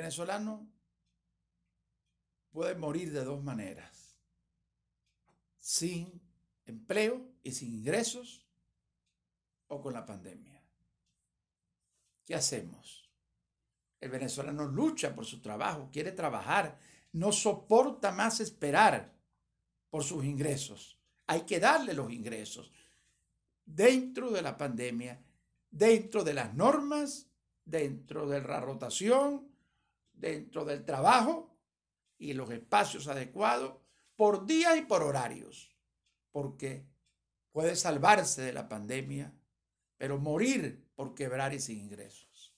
venezolano puede morir de dos maneras: sin empleo y sin ingresos, o con la pandemia. ¿Qué hacemos? El venezolano lucha por su trabajo, quiere trabajar, no soporta más esperar por sus ingresos. Hay que darle los ingresos dentro de la pandemia, dentro de las normas, dentro de la rotación, dentro del trabajo y los espacios adecuados, por días y por horarios, porque puede salvarse de la pandemia, pero morir por quebrar y sin ingresos.